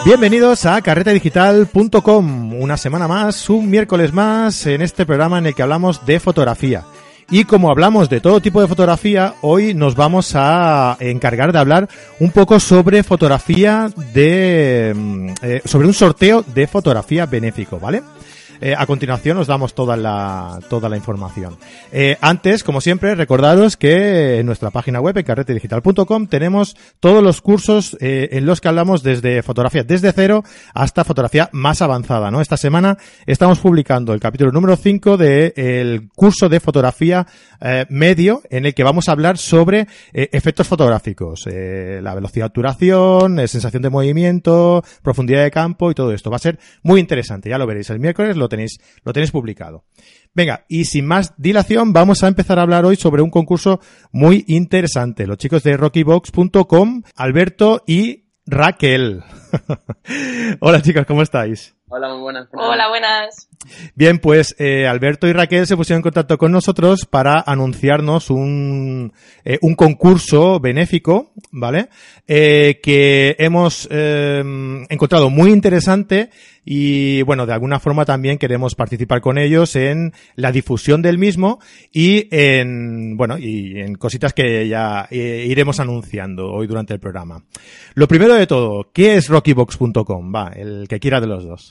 Bienvenidos a carretedigital.com, una semana más, un miércoles más en este programa en el que hablamos de fotografía. Y como hablamos de todo tipo de fotografía, hoy nos vamos a encargar de hablar un poco sobre fotografía sobre un sorteo de fotografía benéfico, ¿vale? A continuación os damos toda la información. Antes, como siempre, recordaros que en nuestra página web, en carretedigital.com, tenemos todos los cursos en los que hablamos desde fotografía desde cero hasta fotografía más avanzada, ¿no? Esta semana estamos publicando el capítulo número 5 del curso de fotografía medio, en el que vamos a hablar sobre efectos fotográficos, la velocidad de obturación, sensación de movimiento, profundidad de campo y todo esto. Va a ser muy interesante, ya lo veréis el miércoles, lo tenéis publicado. Venga, y sin más dilación, vamos a empezar a hablar hoy sobre un concurso muy interesante. Los chicos de rockybox.com, Alberto y Raquel. Hola chicos, ¿cómo estáis? Hola, muy buenas. Hola, buenas. Bien, pues Alberto y Raquel se pusieron en contacto con nosotros para anunciarnos un concurso benéfico, ¿vale? Que hemos encontrado muy interesante y, bueno, de alguna forma también queremos participar con ellos en la difusión del mismo y en cositas que ya iremos anunciando hoy durante el programa. Lo primero de todo, ¿qué es rockybox.com? Va, el que quiera de los dos.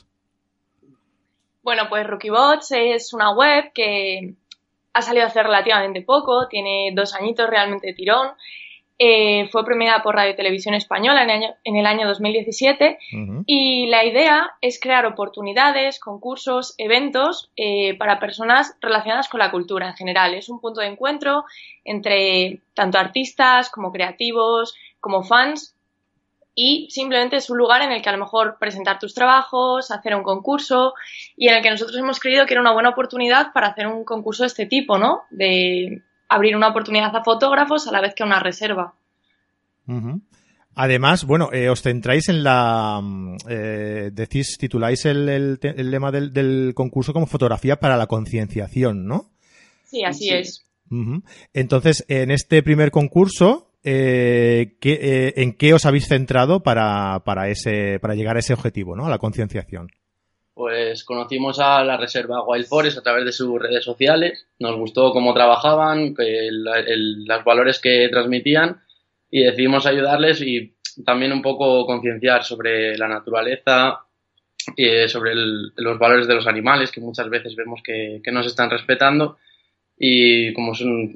Bueno, pues Rockybox es una web que ha salido hace relativamente poco, tiene 2 añitos realmente de tirón. Fue premiada por Radio Televisión Española en el año 2017 y la idea es crear oportunidades, concursos, eventos para personas relacionadas con la cultura en general. Es un punto de encuentro entre tanto artistas como creativos, como fans. Y simplemente es un lugar en el que a lo mejor presentar tus trabajos, hacer un concurso y en el que nosotros hemos creído que era una buena oportunidad para hacer un concurso de este tipo, ¿no? De abrir una oportunidad a fotógrafos a la vez que una reserva. Uh-huh. Además, bueno, os centráis en tituláis el lema del concurso como fotografía para la concienciación, ¿no? Sí, así es. Uh-huh. Entonces, en este primer concurso, ¿en qué os habéis centrado para llegar a ese objetivo, ¿no? A la concienciación. Pues conocimos a la reserva Wild Forest a través de sus redes sociales, nos gustó cómo trabajaban, los valores que transmitían y decidimos ayudarles y también un poco concienciar sobre la naturaleza, sobre los valores de los animales que muchas veces vemos que no se están respetando. Y como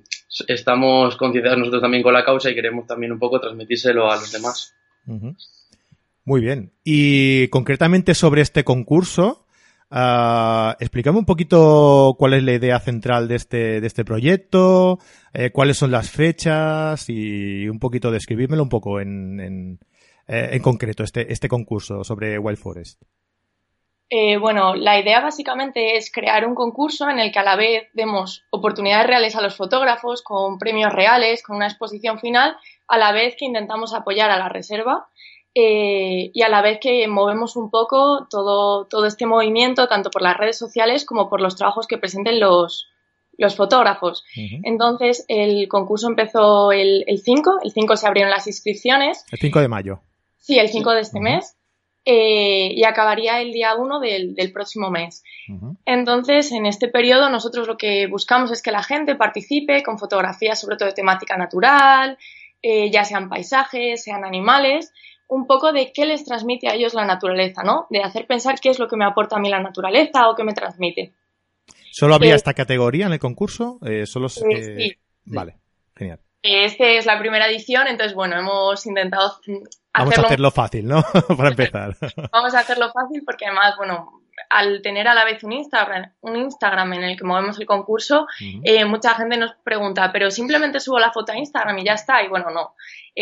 estamos concienciados nosotros también con la causa y queremos también un poco transmitírselo a los demás. Uh-huh. Muy bien. Y concretamente sobre este concurso, explícame un poquito cuál es la idea central de este proyecto, cuáles son las fechas y un poquito describírmelo un poco en concreto este concurso sobre Wild Forest. Bueno, la idea básicamente es crear un concurso en el que a la vez demos oportunidades reales a los fotógrafos con premios reales, con una exposición final, a la vez que intentamos apoyar a la reserva y a la vez que movemos un poco todo este movimiento, tanto por las redes sociales como por los trabajos que presenten los fotógrafos. Uh-huh. Entonces, el concurso empezó el 5 se abrieron las inscripciones. El 5 de mayo. Sí, el 5 de este mes. Y acabaría el día 1 del próximo mes. Uh-huh. Entonces, en este periodo nosotros lo que buscamos es que la gente participe con fotografías sobre todo de temática natural, ya sean paisajes, sean animales, un poco de qué les transmite a ellos la naturaleza, ¿no? De hacer pensar qué es lo que me aporta a mí la naturaleza o qué me transmite. ¿Solo habría esta categoría en el concurso? Sí. Vale, genial. Esta es la primera edición, entonces, bueno, hemos intentado Vamos a hacerlo fácil, ¿no? Para empezar. Vamos a hacerlo fácil porque además, bueno, al tener a la vez un Instagram en el que movemos el concurso, uh-huh. Mucha gente nos pregunta, ¿pero simplemente subo la foto a Instagram y ya está? Y bueno, no.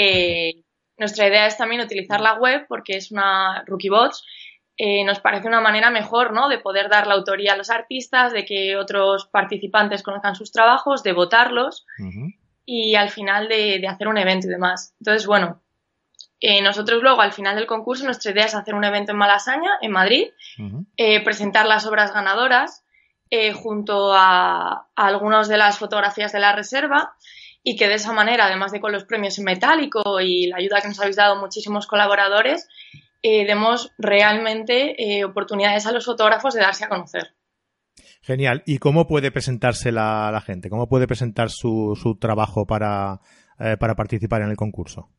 Nuestra idea es también utilizar la web porque es una Rockybox. Nos parece una manera mejor, ¿no? De poder dar la autoría a los artistas, de que otros participantes conozcan sus trabajos, de votarlos uh-huh. y al final de hacer un evento y demás. Entonces, bueno, nosotros luego al final del concurso nuestra idea es hacer un evento en Malasaña, en Madrid, uh-huh. Presentar las obras ganadoras junto a algunas de las fotografías de la reserva y que de esa manera, además de con los premios en metálico y la ayuda que nos habéis dado muchísimos colaboradores, demos realmente oportunidades a los fotógrafos de darse a conocer. Genial. ¿Y cómo puede presentarse la gente? ¿Cómo puede presentar su trabajo para participar en el concurso?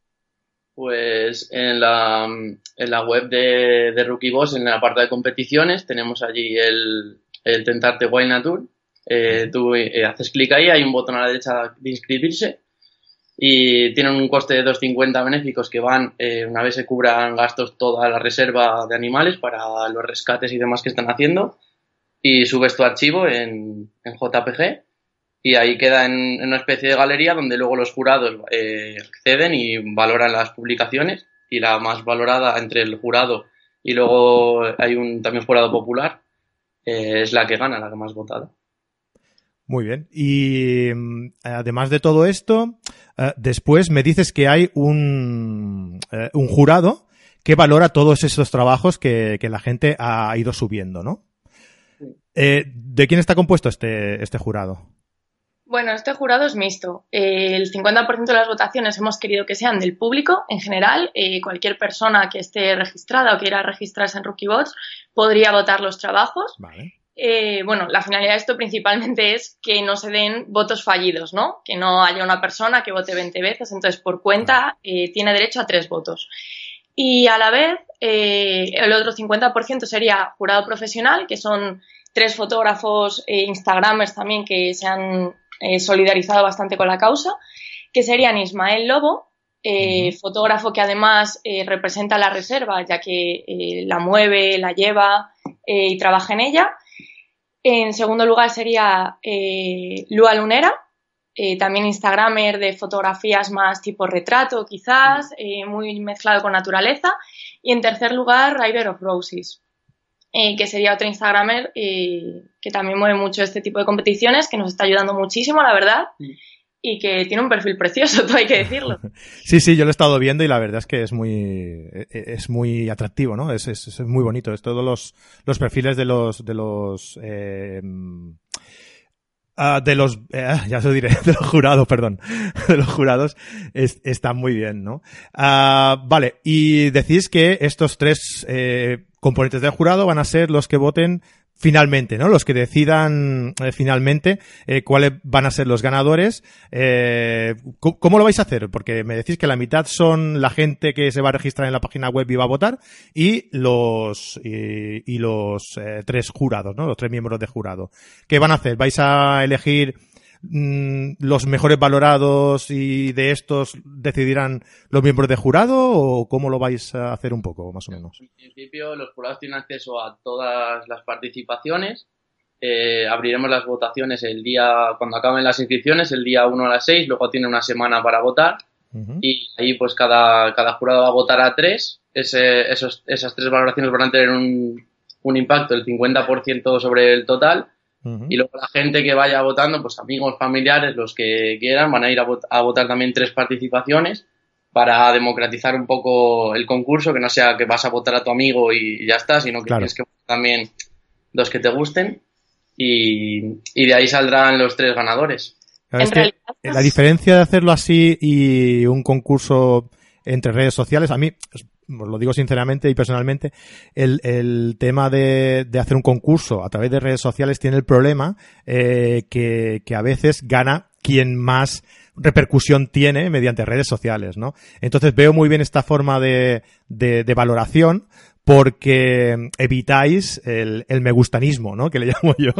Pues en la web de Rookie Boss, en el apartado de competiciones, tenemos allí el Tentarte Wild Nature. Tú haces clic ahí, hay un botón a la derecha de inscribirse y tienen un coste de 2,50 benéficos que van, una vez se cubran gastos, toda la reserva de animales para los rescates y demás que están haciendo, y subes tu archivo en JPG y ahí queda en una especie de galería donde luego los jurados acceden y valoran las publicaciones, y la más valorada entre el jurado y luego hay también jurado popular, es la que gana, la que más votada. Muy bien. Y además de todo esto, después me dices que hay un jurado que valora todos esos trabajos que la gente ha ido subiendo, ¿no? ¿De quién está compuesto este jurado? Bueno, este jurado es mixto. El 50% de las votaciones hemos querido que sean del público en general. Cualquier persona que esté registrada o quiera registrarse en RookieBots podría votar los trabajos. Vale. Bueno, la finalidad de esto principalmente es que no se den votos fallidos, ¿no? Que no haya una persona que vote 20 veces, entonces por cuenta tiene derecho a 3 votos. Y a la vez, el otro 50% sería jurado profesional, que son 3 fotógrafos instagramers también que se han solidarizado bastante con la causa, que serían Ismael Lobo, fotógrafo que además representa la reserva, ya que la mueve, la lleva y trabaja en ella. En segundo lugar sería Lua Lunera, también instagramer de fotografías más tipo retrato quizás, muy mezclado con naturaleza. Y en tercer lugar, Rider of Roses, que sería otro instagramer que también mueve mucho este tipo de competiciones, que nos está ayudando muchísimo, la verdad. Y que tiene un perfil precioso, todo hay que decirlo. Sí, yo lo he estado viendo y la verdad es que es muy atractivo, ¿no? Es muy bonito. Es todos los perfiles de los ya se lo diré, de los jurados, perdón, de los jurados están muy bien, ¿no? Vale, y decís que estos 3 componentes del jurado van a ser los que voten finalmente, ¿no? Los que decidan finalmente cuáles van a ser los ganadores. ¿Cómo lo vais a hacer? Porque me decís que la mitad son la gente que se va a registrar en la página web y va a votar, y los 3 jurados, ¿no? Los 3 miembros de jurado. ¿Qué van a hacer? ¿Vais a elegir los mejores valorados y de estos decidirán los miembros de jurado, o cómo lo vais a hacer un poco, más o menos? En principio, los jurados tienen acceso a todas las participaciones. Abriremos las votaciones cuando acaben las inscripciones, el día 1 a las 6, luego tiene una semana para votar. Y ahí pues cada jurado va a votar a 3. Esas 3 valoraciones van a tener un impacto del 50% sobre el total. Y luego la gente que vaya votando, pues amigos, familiares, los que quieran, van a ir a votar también 3 participaciones para democratizar un poco el concurso, que no sea que vas a votar a tu amigo y ya está, sino que tienes que votar también 2 que te gusten, y de ahí saldrán los 3 ganadores. Es que la diferencia de hacerlo así y un concurso entre redes sociales, a mí, os lo digo sinceramente y personalmente, el tema de hacer un concurso a través de redes sociales tiene el problema que a veces gana quien más repercusión tiene mediante redes sociales, ¿no? Entonces veo muy bien esta forma de valoración, porque evitáis el me gustanismo, ¿no? Que le llamo yo.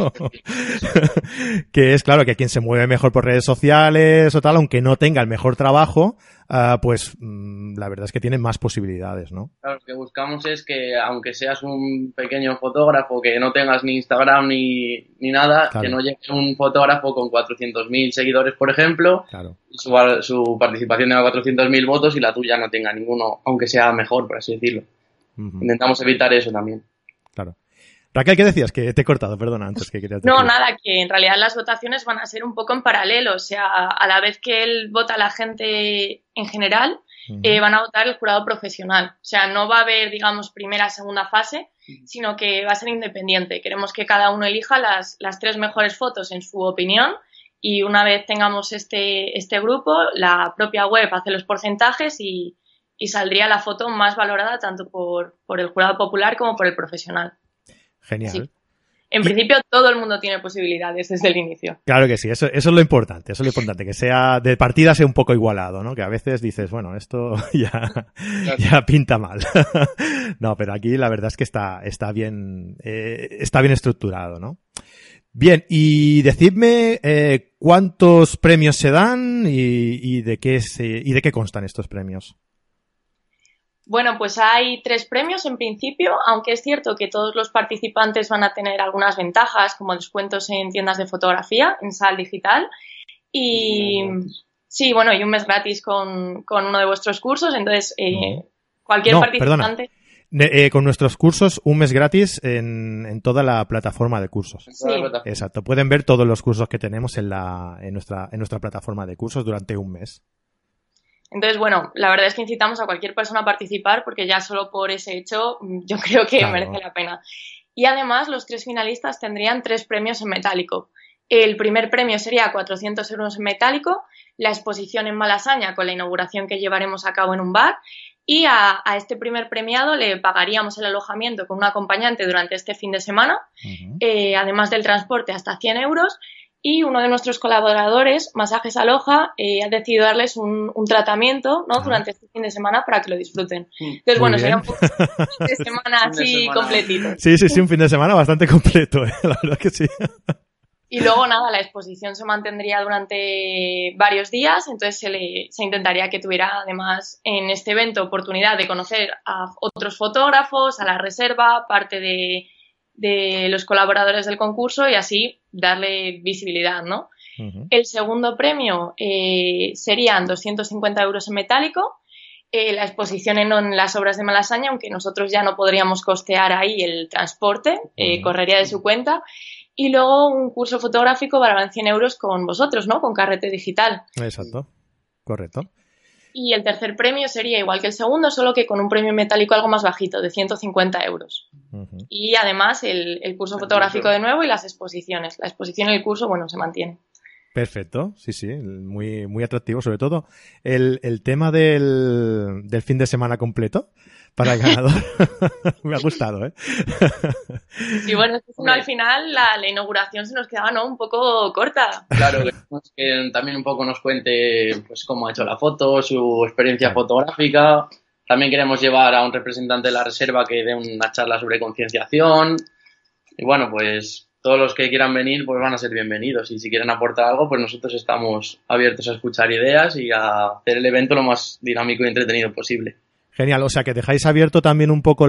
Que es, claro, que quien se mueve mejor por redes sociales o tal, aunque no tenga el mejor trabajo, pues la verdad es que tiene más posibilidades, ¿no? Claro, lo que buscamos es que, aunque seas un pequeño fotógrafo, que no tengas ni Instagram ni nada, claro, que no llegue un fotógrafo con 400.000 seguidores, por ejemplo, claro, su participación tenga 400.000 votos y la tuya no tenga ninguno, aunque sea mejor, por así decirlo. Intentamos evitar eso también. Claro. Raquel, ¿qué decías? Que te he cortado, perdona, antes que querías decir. No, nada, que en realidad las votaciones van a ser un poco en paralelo, o sea, a la vez que él vota a la gente en general, van a votar el jurado profesional. O sea, no va a haber, digamos, primera, segunda fase, sino que va a ser independiente. Queremos que cada uno elija las 3 mejores fotos en su opinión, y una vez tengamos este grupo, la propia web hace los porcentajes y y saldría la foto más valorada tanto por el jurado popular como por el profesional. Genial. Sí. En principio todo el mundo tiene posibilidades desde el inicio. Claro que sí, eso es lo importante, que sea de partida sea un poco igualado, ¿no? Que a veces dices, bueno, esto ya pinta mal. No, pero aquí la verdad es que está bien estructurado, ¿no? Bien, y decidme cuántos premios se dan y de qué constan estos premios. Bueno, pues hay 3 premios en principio, aunque es cierto que todos los participantes van a tener algunas ventajas, como descuentos en tiendas de fotografía, en Sal Digital, y sí, bueno, y un mes gratis con uno de vuestros cursos, entonces cualquier participante... Perdona. Con nuestros cursos, un mes gratis en toda la plataforma de cursos. Sí. Exacto. Pueden ver todos los cursos que tenemos en nuestra plataforma de cursos durante un mes. Entonces, bueno, la verdad es que incitamos a cualquier persona a participar porque ya solo por ese hecho yo creo que merece la pena. Y además los 3 finalistas tendrían 3 premios en metálico. El primer premio sería 400 euros en metálico, la exposición en Malasaña con la inauguración que llevaremos a cabo en un bar, y a este primer premiado le pagaríamos el alojamiento con un acompañante durante este fin de semana, además del transporte hasta 100 euros. Y uno de nuestros colaboradores, Masajes Aloha, ha decidido darles un tratamiento, ¿no? Durante este fin de semana para que lo disfruten. Entonces, bueno, sería un fin de semana así completito. Sí, un fin de semana bastante completo, la verdad que sí. Y luego, nada, la exposición se mantendría durante varios días, entonces se intentaría que tuviera, además, en este evento oportunidad de conocer a otros fotógrafos, a la reserva, parte de los colaboradores del concurso y así darle visibilidad, ¿no? El segundo premio serían 250 euros en metálico, la exposición en las obras de Malasaña, aunque nosotros ya no podríamos costear ahí el transporte, correría de su cuenta, y luego un curso fotográfico valdrán 100 euros con vosotros, ¿no? Con Carrete Digital. Exacto, correcto. Y el tercer premio sería igual que el segundo, solo que con un premio metálico algo más bajito, de 150 euros. Y además el curso fotográfico de nuevo y las exposiciones. La exposición y el curso, bueno, se mantiene. Perfecto, sí, muy, muy atractivo. Sobre todo el tema del fin de semana completo para el ganador. Me ha gustado, ¿eh? Sí, bueno, al final la inauguración se nos quedaba, ¿no? Un poco corta. Claro, que también un poco nos cuente pues cómo ha hecho la foto, su experiencia fotográfica. También queremos llevar a un representante de la reserva que dé una charla sobre concienciación. Y bueno, pues todos los que quieran venir pues van a ser bienvenidos. Y si quieren aportar algo, pues nosotros estamos abiertos a escuchar ideas y a hacer el evento lo más dinámico y entretenido posible. Genial, o sea que dejáis abierto también un poco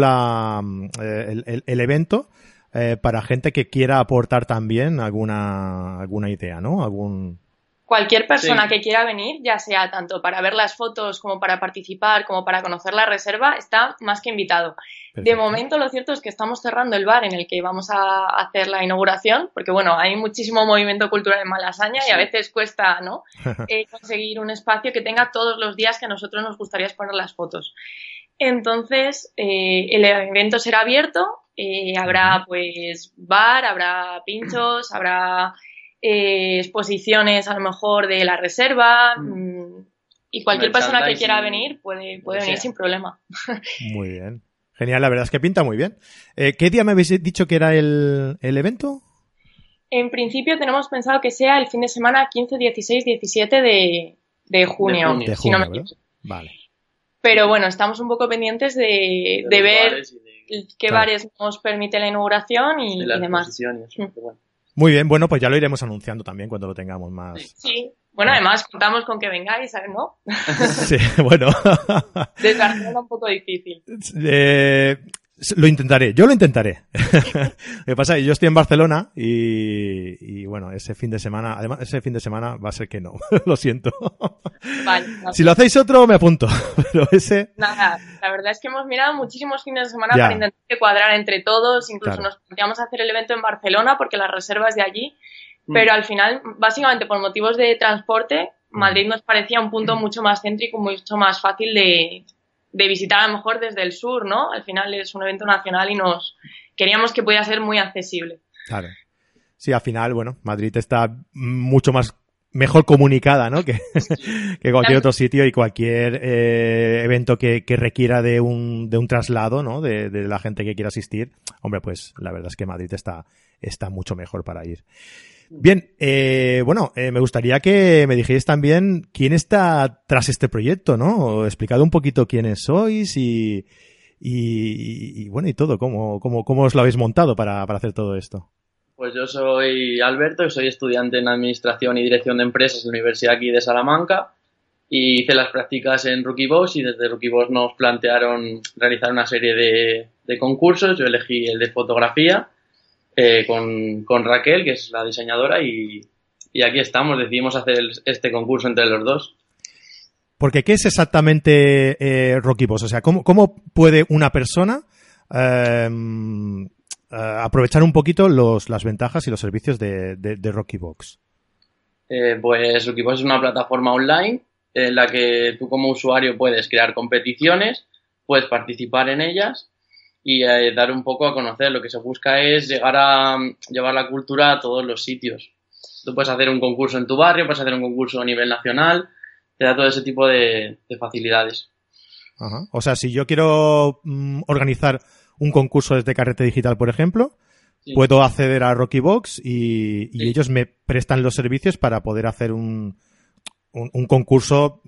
el evento para gente que quiera aportar también alguna idea, ¿no? Cualquier persona que quiera venir, ya sea tanto para ver las fotos como para participar, como para conocer la reserva, está más que invitado. Perfecto. De momento lo cierto es que estamos cerrando el bar en el que vamos a hacer la inauguración, porque bueno, hay muchísimo movimiento cultural en Malasaña y a veces cuesta, ¿no? Conseguir un espacio que tenga todos los días que a nosotros nos gustaría exponer las fotos. Entonces, el evento será abierto, habrá pues bar, habrá pinchos, habrá exposiciones a lo mejor de la reserva y cualquier persona que quiera venir puede venir sin problema. Muy bien. Genial, la verdad es que pinta muy bien. ¿Qué día me habéis dicho que era el evento? En principio tenemos pensado que sea el fin de semana 15, 16, 17 de junio. De junio, si no me equivoco. Vale. Pero bueno, estamos un poco pendientes de ver qué bares nos permite la inauguración y demás. Muy bien, bueno, pues ya lo iremos anunciando también cuando lo tengamos más. Sí, bueno, además contamos con que vengáis, ¿sabes? ¿No? Sí, bueno. Desde Barcelona un poco difícil. Lo intentaré, yo lo intentaré. Lo que pasa es que yo estoy en Barcelona y bueno, ese fin de semana va a ser que no, lo siento. Vale. Si lo hacéis otro, me apunto, pero ese... Nada, la verdad es que hemos mirado muchísimos fines de semana para intentar cuadrar entre todos, incluso nos planteamos hacer el evento en Barcelona porque la reserva es de allí, pero al final, básicamente por motivos de transporte, Madrid nos parecía un punto mucho más céntrico, mucho más fácil de visitar a lo mejor desde el sur, ¿no? Al final es un evento nacional y queríamos que pudiera ser muy accesible. Claro. Sí, al final, bueno, Madrid está mucho más mejor comunicada, ¿no? Que cualquier otro sitio y cualquier evento que requiera de un traslado, ¿no? De la gente que quiera asistir. Hombre, pues la verdad es que Madrid está mucho mejor para ir. Bien, me gustaría que me dijerais también quién está tras este proyecto, ¿no? Explicad un poquito quiénes sois y todo, cómo os lo habéis montado para hacer todo esto. Pues yo soy Alberto, soy estudiante en Administración y Dirección de Empresas en la Universidad aquí de Salamanca y hice las prácticas en Rookiebox y desde Rookiebox nos plantearon realizar una serie de concursos. Yo elegí el de fotografía con Raquel, que es la diseñadora, y aquí estamos, decidimos hacer este concurso entre los dos. Porque, ¿qué es exactamente Rookiebox? O sea, ¿cómo puede una persona aprovechar un poquito las ventajas y los servicios de Rookiebox? Pues Rookiebox es una plataforma online en la que tú como usuario puedes crear competiciones, puedes participar en ellas y dar un poco a conocer. Lo que se busca es llegar a llevar la cultura a todos los sitios. Tú puedes hacer un concurso en tu barrio, puedes hacer un concurso a nivel nacional, te da todo ese tipo de facilidades. Ajá. O sea, si yo quiero organizar un concurso desde Carrete Digital, por ejemplo, sí, puedo acceder a Rookiebox y ellos me prestan los servicios para poder hacer un concurso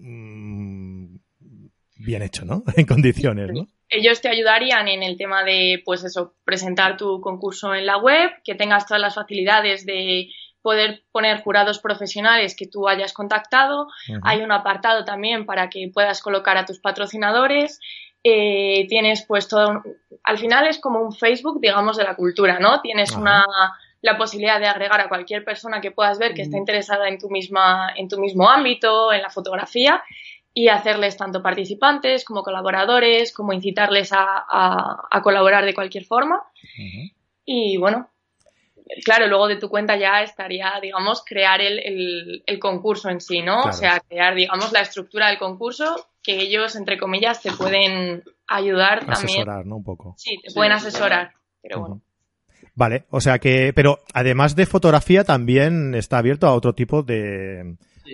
bien hecho, ¿no? En condiciones, ¿no? Ellos te ayudarían en el tema de, pues eso, presentar tu concurso en la web, que tengas todas las facilidades de poder poner jurados profesionales que tú hayas contactado. Uh-huh. Hay un apartado también para que puedas colocar a tus patrocinadores. Tienes pues todo, al final es como un Facebook, digamos, de la cultura, ¿no? Tienes la posibilidad de agregar a cualquier persona que puedas ver que está interesada en tu mismo ámbito, en la fotografía, y hacerles tanto participantes como colaboradores, como incitarles a colaborar de cualquier forma. Uh-huh. Y bueno, claro, luego de tu cuenta ya estaría, digamos, crear el concurso en sí, ¿no? Claro. O sea, crear, digamos, la estructura del concurso, que ellos, entre comillas, te pueden ayudar también. Asesorar, ¿no? Un poco. Sí, te pueden asesorar, pero bueno. Vale, o sea que, pero además de fotografía también está abierto a otro tipo de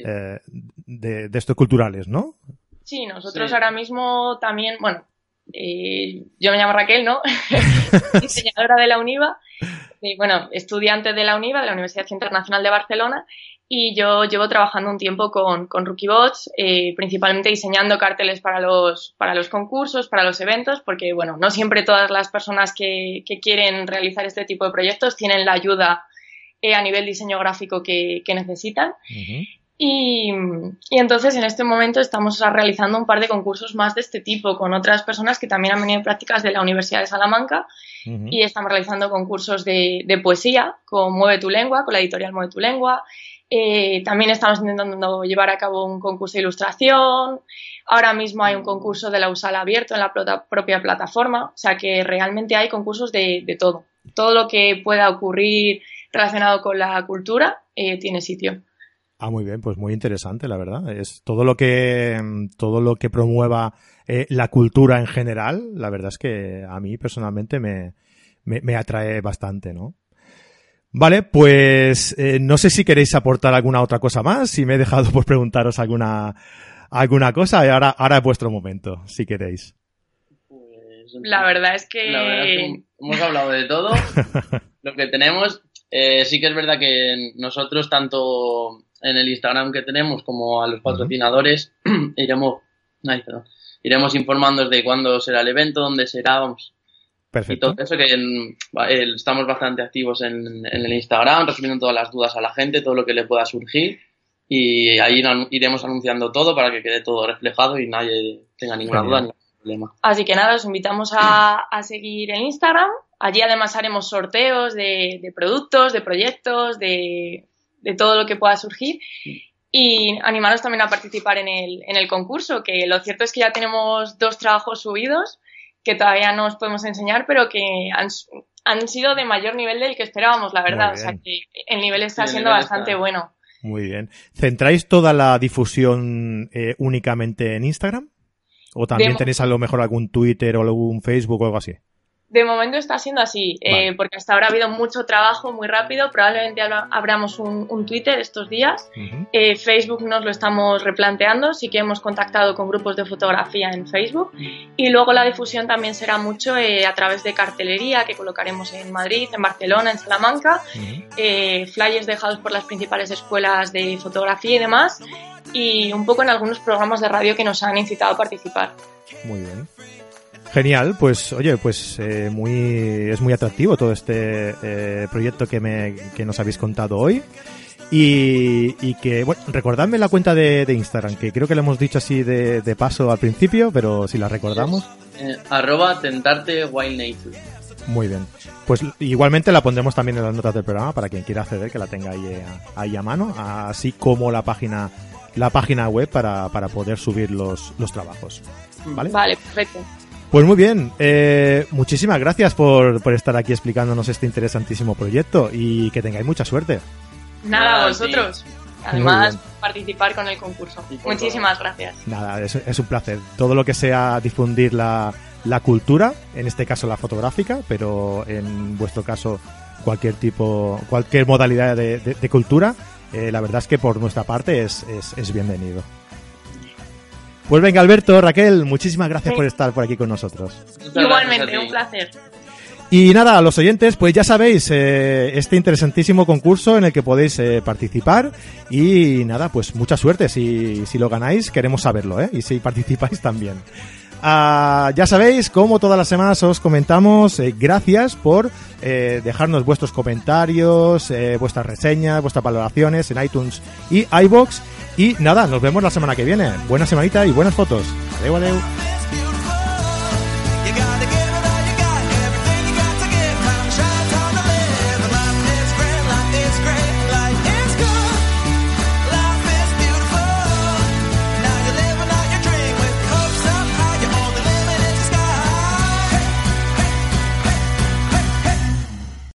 estos culturales, ¿no? Sí, nosotros ahora mismo también, bueno, yo me llamo Raquel, ¿no? Diseñadora de la UNIVA, bueno, estudiante de la UNIVA, de la Universidad Internacional de Barcelona, y yo llevo trabajando un tiempo con Rookiebox, principalmente diseñando carteles para los concursos, para los eventos, porque, bueno, no siempre todas las personas que quieren realizar este tipo de proyectos tienen la ayuda a nivel diseño gráfico que necesitan. Uh-huh. Y entonces en este momento estamos realizando un par de concursos más de este tipo con otras personas que también han venido en prácticas de la Universidad de Salamanca. Uh-huh. Y estamos realizando concursos de poesía con Mueve tu Lengua, con la editorial Mueve tu Lengua. También estamos intentando llevar a cabo un concurso de ilustración. Ahora mismo hay un concurso de la USAL abierto en la propia plataforma. O sea que realmente hay concursos de todo. Todo lo que pueda ocurrir relacionado con la cultura tiene sitio. Ah, muy bien, pues muy interesante, la verdad. Es todo lo que promueva la cultura en general, la verdad es que a mí personalmente me atrae bastante, ¿no? Vale, pues no sé si queréis aportar alguna otra cosa más, si me he dejado por preguntaros alguna cosa, y ahora es vuestro momento, si queréis. Pues, la verdad es que hemos hablado de todo lo que tenemos. Sí que es verdad que nosotros, tanto en el Instagram que tenemos como a los patrocinadores, iremos informándoos de cuándo será el evento, dónde será, vamos. Perfecto. Y todo eso, que estamos bastante activos en el Instagram, resolviendo todas las dudas a la gente, todo lo que le pueda surgir, y ahí iremos anunciando todo para que quede todo reflejado y nadie tenga ninguna duda ni problema. Así que nada, os invitamos a seguir en Instagram. Allí además haremos sorteos de productos, de proyectos, de todo lo que pueda surgir, y animaros también a participar en el concurso, que lo cierto es que ya tenemos 2 trabajos subidos que todavía no os podemos enseñar, pero que han sido de mayor nivel del que esperábamos, la verdad. O sea que el nivel está siendo bastante bueno. Muy bien. ¿Centráis toda la difusión únicamente en Instagram? ¿O también tenéis a lo mejor algún Twitter o algún Facebook o algo así? De momento está siendo así, Vale. porque hasta ahora ha habido mucho trabajo muy rápido. Probablemente abramos un Twitter estos días. Uh-huh. Facebook nos lo estamos replanteando. Sí que hemos contactado con grupos de fotografía en Facebook. Y luego la difusión también será mucho a través de cartelería que colocaremos en Madrid, en Barcelona, en Salamanca. Uh-huh. Flyers dejados por las principales escuelas de fotografía y demás. Y un poco en algunos programas de radio que nos han incitado a participar. Muy bien. Genial, pues oye, pues es muy atractivo todo este proyecto que nos habéis contado hoy y que, bueno, recordadme la cuenta de Instagram, que creo que lo hemos dicho así de paso al principio, pero si la recordamos. @tentartewildnature. Muy bien, pues igualmente la pondremos también en las notas del programa para quien quiera acceder, que la tenga ahí a mano, así como la página web para poder subir los trabajos. ¿Vale? Vale, perfecto. Pues muy bien, muchísimas gracias por estar aquí explicándonos este interesantísimo proyecto y que tengáis mucha suerte. Nada, vosotros. Sí. Además, Muy bien. Participar con el concurso. Muchísimas gracias. Nada, es un placer. Todo lo que sea difundir la cultura, en este caso la fotográfica, pero en vuestro caso cualquier modalidad de cultura, la verdad es que por nuestra parte es bienvenido. Pues venga, Alberto, Raquel, muchísimas gracias por estar por aquí con nosotros. Igualmente, un placer. Y nada, a los oyentes, pues ya sabéis, este interesantísimo concurso en el que podéis participar y nada, pues mucha suerte. Si lo ganáis, queremos saberlo, y si participáis también. Ya sabéis, como todas las semanas os comentamos, gracias por dejarnos vuestros comentarios, vuestras reseñas, vuestras valoraciones en iTunes y iVoox. Y nada, nos vemos la semana que viene. Buena semanita y buenas fotos. Adeu, adeu.